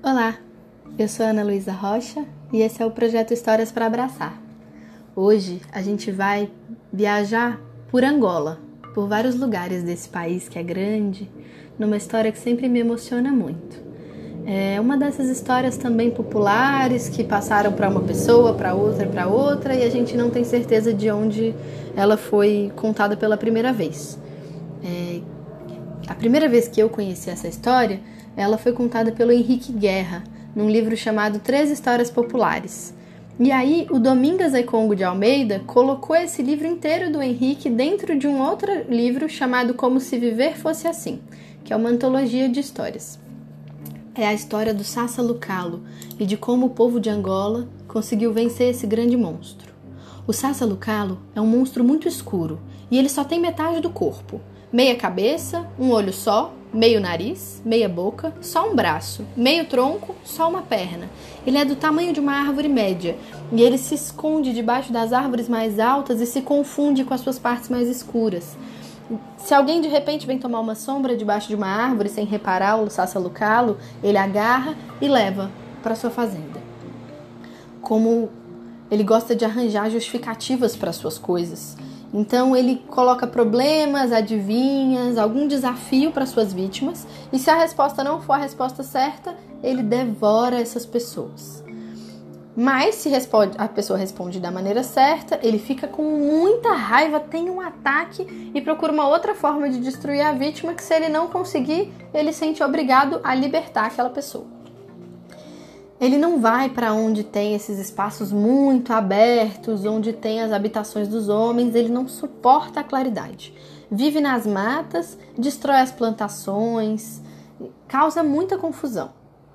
Olá, eu sou Ana Luísa Rocha e esse é o projeto Histórias para Abraçar. Hoje a gente vai viajar por Angola, por vários lugares desse país que é grande, numa história que sempre me emociona muito. É uma dessas histórias também populares que passaram para uma pessoa, para outra e a gente não tem certeza de onde ela foi contada pela primeira vez. A primeira vez que eu conheci essa história, ela foi contada pelo Henrique Guerra, num livro chamado Três Histórias Populares. E aí, o Domingas Econgo de Almeida colocou esse livro inteiro do Henrique dentro de um outro livro chamado Como Se Viver Fosse Assim, que é uma antologia de histórias. É a história do Sassa Lucalo e de como o povo de Angola conseguiu vencer esse grande monstro. O Sassa Lucalo é um monstro muito escuro e ele só tem metade do corpo. Meia cabeça, um olho só, meio nariz, meia boca, só um braço, meio tronco, só uma perna. Ele é do tamanho de uma árvore média e ele se esconde debaixo das árvores mais altas e se confunde com as suas partes mais escuras. Se alguém de repente vem tomar uma sombra debaixo de uma árvore sem reparar o Sassa Lucalo, ele agarra e leva para sua fazenda. Como ele gosta de arranjar justificativas para suas coisas, então ele coloca problemas, adivinhas, algum desafio para suas vítimas, e se a resposta não for a resposta certa, ele devora essas pessoas. Mas se a pessoa responde da maneira certa, ele fica com muita raiva, tem um ataque e procura uma outra forma de destruir a vítima, que se ele não conseguir, ele se sente obrigado a libertar aquela pessoa. Ele não vai para onde tem esses espaços muito abertos, onde tem as habitações dos homens, ele não suporta a claridade. Vive nas matas, destrói as plantações, causa muita confusão.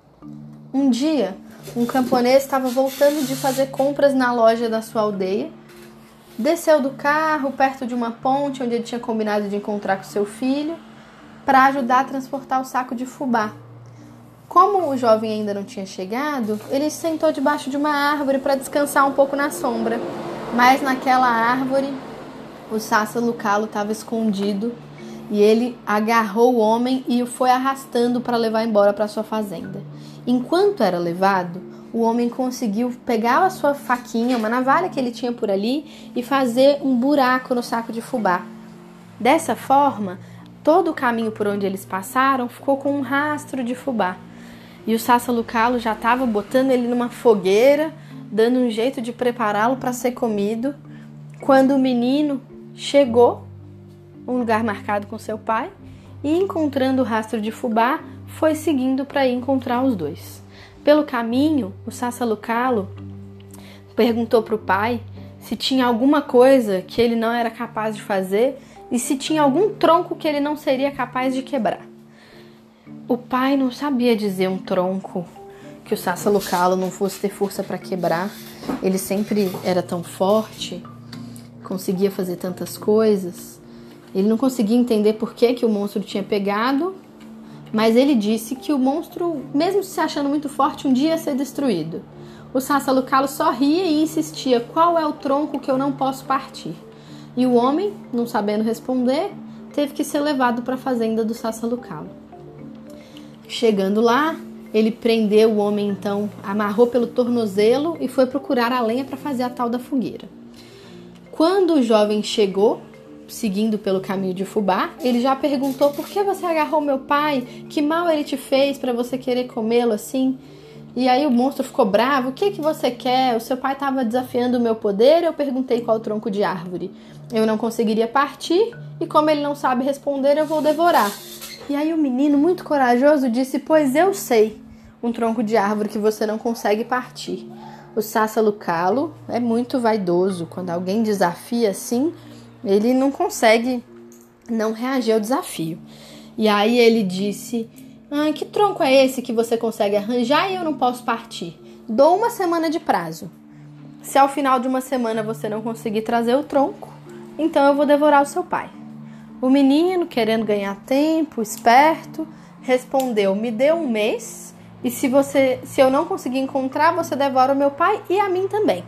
Um dia, um camponês estava voltando de fazer compras na loja da sua aldeia, desceu do carro perto de uma ponte onde ele tinha combinado de encontrar com seu filho para ajudar a transportar o saco de fubá. Como o jovem ainda não tinha chegado, ele se sentou debaixo de uma árvore para descansar um pouco na sombra. Mas naquela árvore, o Sassa Lucalo estava escondido e ele agarrou o homem e o foi arrastando para levar embora para sua fazenda. Enquanto era levado, o homem conseguiu pegar a sua faquinha, uma navalha que ele tinha por ali, e fazer um buraco no saco de fubá. Dessa forma, todo o caminho por onde eles passaram ficou com um rastro de fubá. E o Sassa Lucalo já estava botando ele numa fogueira, dando um jeito de prepará-lo para ser comido, quando o menino chegou a um lugar marcado com seu pai e, encontrando o rastro de fubá, foi seguindo para ir encontrar os dois. Pelo caminho, o Sassa Lucalo perguntou para o pai se tinha alguma coisa que ele não era capaz de fazer e se tinha algum tronco que ele não seria capaz de quebrar. O pai não sabia dizer um tronco que o Sassa Lucalo não fosse ter força para quebrar. Ele sempre era tão forte, conseguia fazer tantas coisas. Ele não conseguia entender por que o monstro tinha pegado, mas ele disse que o monstro, mesmo se achando muito forte, um dia ia ser destruído. O Sassa Lucalo só ria e insistia: qual é o tronco que eu não posso partir? E o homem, não sabendo responder, teve que ser levado para a fazenda do Sassa Lucalo. Chegando lá, ele prendeu o homem, então, amarrou pelo tornozelo e foi procurar a lenha para fazer a tal da fogueira. Quando o jovem chegou, seguindo pelo caminho de fubá, ele já perguntou: por que você agarrou meu pai? Que mal ele te fez para você querer comê-lo assim? E aí o monstro ficou bravo: o que você quer? O seu pai estava desafiando o meu poder? Eu perguntei qual tronco de árvore eu não conseguiria partir, e como ele não sabe responder, eu vou devorar. E aí o menino, muito corajoso, disse: pois eu sei um tronco de árvore que você não consegue partir. O Sassa Lucalo é muito vaidoso. Quando alguém desafia assim, ele não consegue não reagir ao desafio. E aí ele disse: que tronco é esse que você consegue arranjar e eu não posso partir? Dou 1 semana de prazo. Se ao final de 1 semana você não conseguir trazer o tronco, então eu vou devorar o seu pai. O menino, querendo ganhar tempo, esperto, respondeu: me dê 1 mês e se eu não conseguir encontrar, você devora o meu pai e a mim também.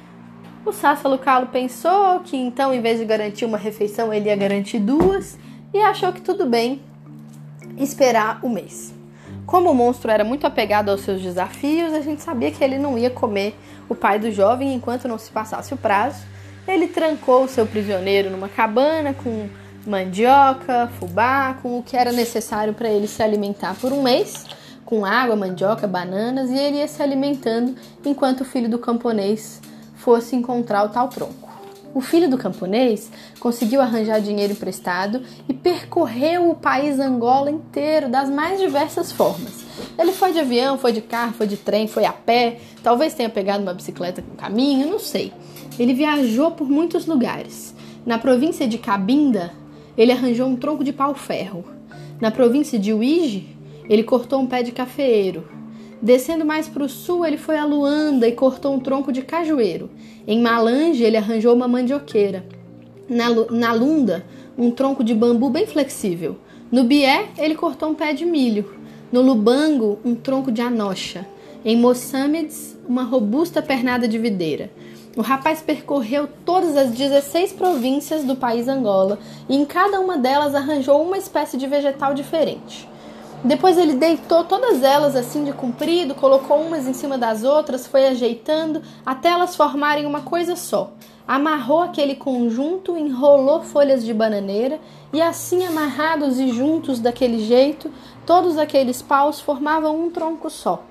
O Sassa Lucalo pensou que então, em vez de garantir uma refeição, ele ia garantir 2 e achou que tudo bem esperar 1 mês. Como o monstro era muito apegado aos seus desafios, a gente sabia que ele não ia comer o pai do jovem enquanto não se passasse o prazo. Ele trancou o seu prisioneiro numa cabana com mandioca, fubá, com o que era necessário para ele se alimentar por um mês, com água, mandioca, bananas, e ele ia se alimentando enquanto o filho do camponês fosse encontrar o tal tronco. O filho do camponês conseguiu arranjar dinheiro emprestado e percorreu o país Angola inteiro das mais diversas formas. Ele foi de avião, foi de carro, foi de trem, foi a pé, talvez tenha pegado uma bicicleta com caminho, não sei. Ele viajou por muitos lugares. Na província de Cabinda, ele arranjou um tronco de pau-ferro. Na província de Uíge, ele cortou um pé de cafeeiro. Descendo mais para o sul, ele foi a Luanda e cortou um tronco de cajueiro. Em Malange, ele arranjou uma mandioqueira. Na Lunda, um tronco de bambu bem flexível. No Bié, ele cortou um pé de milho. No Lubango, um tronco de anocha. Em Moçambique, uma robusta pernada de videira. O rapaz percorreu todas as 16 províncias do país Angola e em cada uma delas arranjou uma espécie de vegetal diferente. Depois ele deitou todas elas assim de comprido, colocou umas em cima das outras, foi ajeitando até elas formarem uma coisa só. Amarrou aquele conjunto, enrolou folhas de bananeira e assim amarrados e juntos daquele jeito, todos aqueles paus formavam um tronco só.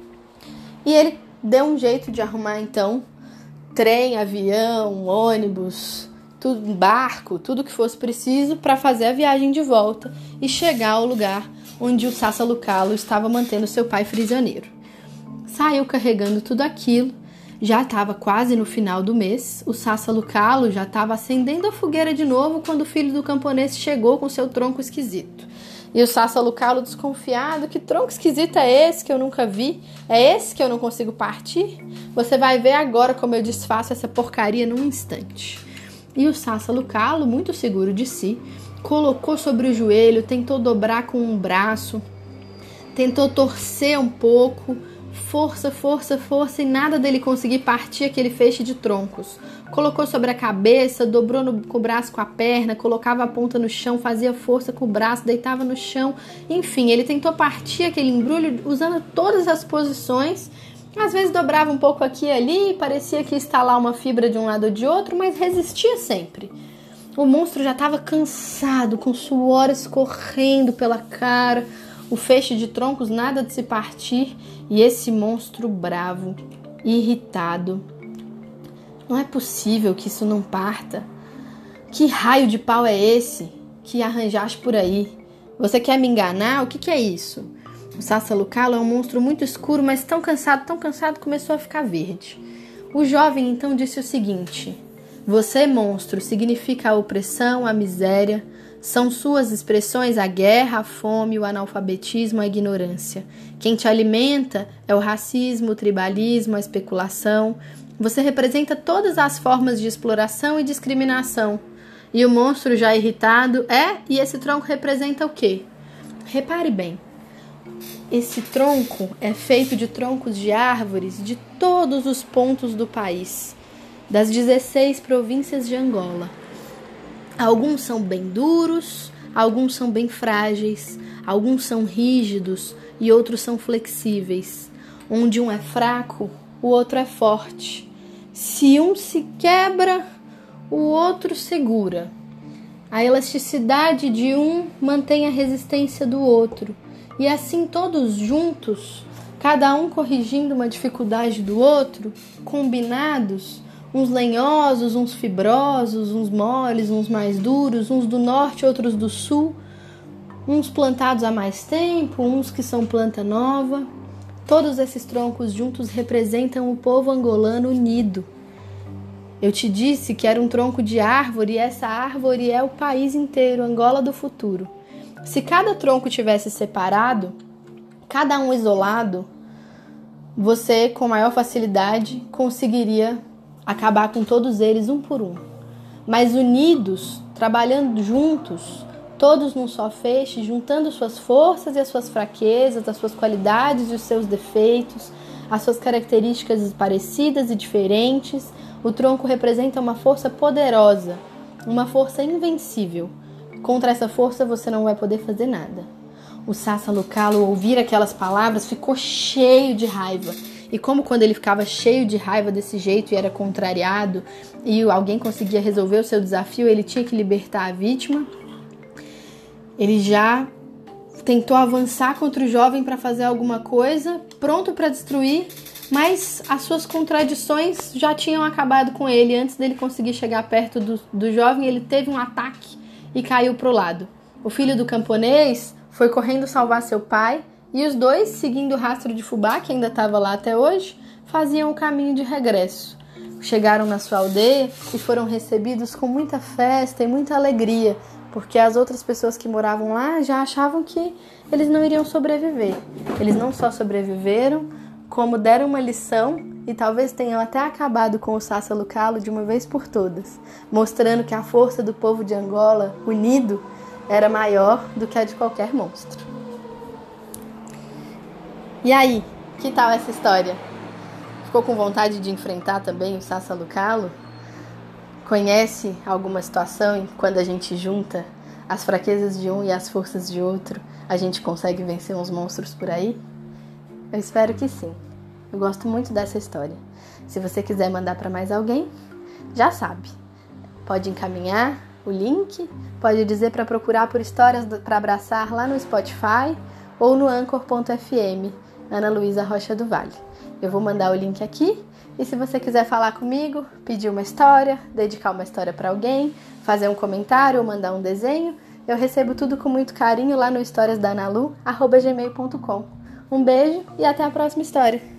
E ele deu um jeito de arrumar então trem, avião, ônibus, tudo, barco, tudo que fosse preciso para fazer a viagem de volta e chegar ao lugar onde o Sassa Lucalo estava mantendo seu pai prisioneiro. Saiu carregando tudo aquilo, já estava quase no final do mês, o Sassa Lucalo já estava acendendo a fogueira de novo quando o filho do camponês chegou com seu tronco esquisito. E o Sassa Lucalo, desconfiado, que tronco esquisito é esse que eu nunca vi? É esse que eu não consigo partir? Você vai ver agora como eu desfaço essa porcaria num instante. E o Sassa Lucalo, muito seguro de si, colocou sobre o joelho, tentou dobrar com um braço, tentou torcer um pouco, força, força, força, e nada dele conseguir partir aquele feixe de troncos. Colocou sobre a cabeça, dobrou com o braço com a perna, colocava a ponta no chão, fazia força com o braço, deitava no chão. Enfim, ele tentou partir aquele embrulho usando todas as posições. Às vezes dobrava um pouco aqui e ali, parecia que ia estalar uma fibra de um lado ou de outro, mas resistia sempre. O monstro já estava cansado, com suor escorrendo pela cara, o feixe de troncos nada de se partir, e esse monstro bravo, irritado. Não é possível que isso não parta. Que raio de pau é esse que arranjaste por aí? Você quer me enganar? O que é isso? O Sassa Lucalo é um monstro muito escuro, mas tão cansado, começou a ficar verde. O jovem então disse o seguinte: você, monstro, significa a opressão, a miséria. São suas expressões a guerra, a fome, o analfabetismo, a ignorância. Quem te alimenta é o racismo, o tribalismo, a especulação. Você representa todas as formas de exploração e discriminação. E o monstro, já irritado, e esse tronco representa o quê? Repare bem. Esse tronco é feito de troncos de árvores de todos os pontos do país, das 16 províncias de Angola. Alguns são bem duros, alguns são bem frágeis, alguns são rígidos e outros são flexíveis. Onde um é fraco, o outro é forte. Se um se quebra, o outro segura. A elasticidade de um mantém a resistência do outro. E assim todos juntos, cada um corrigindo uma dificuldade do outro, combinados, uns lenhosos, uns fibrosos, uns moles, uns mais duros, uns do norte, outros do sul, uns plantados há mais tempo, uns que são planta nova. Todos esses troncos juntos representam o povo angolano unido. Eu te disse que era um tronco de árvore e essa árvore é o país inteiro, Angola do futuro. Se cada tronco tivesse separado, cada um isolado, você com maior facilidade conseguiria acabar com todos eles um por um. Mas unidos, trabalhando juntos, todos num só feixe, juntando suas forças e as suas fraquezas, as suas qualidades e os seus defeitos, as suas características parecidas e diferentes, o tronco representa uma força poderosa, uma força invencível. Contra essa força você não vai poder fazer nada. o Sásalo-Calo, ao ouvir aquelas palavras, ficou cheio de raiva. E como quando ele ficava cheio de raiva desse jeito e era contrariado e alguém conseguia resolver o seu desafio, ele tinha que libertar a vítima, ele já tentou avançar contra o jovem para fazer alguma coisa, pronto para destruir, mas as suas contradições já tinham acabado com ele. Antes dele conseguir chegar perto do jovem, ele teve um ataque e caiu para o lado. O filho do camponês foi correndo salvar seu pai e os dois, seguindo o rastro de fubá, que ainda estava lá até hoje, faziam o caminho de regresso. Chegaram na sua aldeia e foram recebidos com muita festa e muita alegria, porque as outras pessoas que moravam lá já achavam que eles não iriam sobreviver. Eles não só sobreviveram, como deram uma lição e talvez tenham até acabado com o Sásalo-Calo de uma vez por todas, mostrando que a força do povo de Angola, unido, era maior do que a de qualquer monstro. E aí, que tal essa história? Ficou com vontade de enfrentar também o Sásalo-Calo? Conhece alguma situação em que quando a gente junta as fraquezas de um e as forças de outro, a gente consegue vencer uns monstros por aí? Eu espero que sim. Eu gosto muito dessa história. Se você quiser mandar para mais alguém, já sabe. Pode encaminhar o link, pode dizer para procurar por Histórias para Abraçar lá no Spotify ou no Anchor.fm, Ana Luísa Rocha do Vale. Eu vou mandar o link aqui e se você quiser falar comigo, pedir uma história, dedicar uma história para alguém, fazer um comentário ou mandar um desenho, eu recebo tudo com muito carinho lá no historiasdanalu@gmail.com. Um beijo e até a próxima história!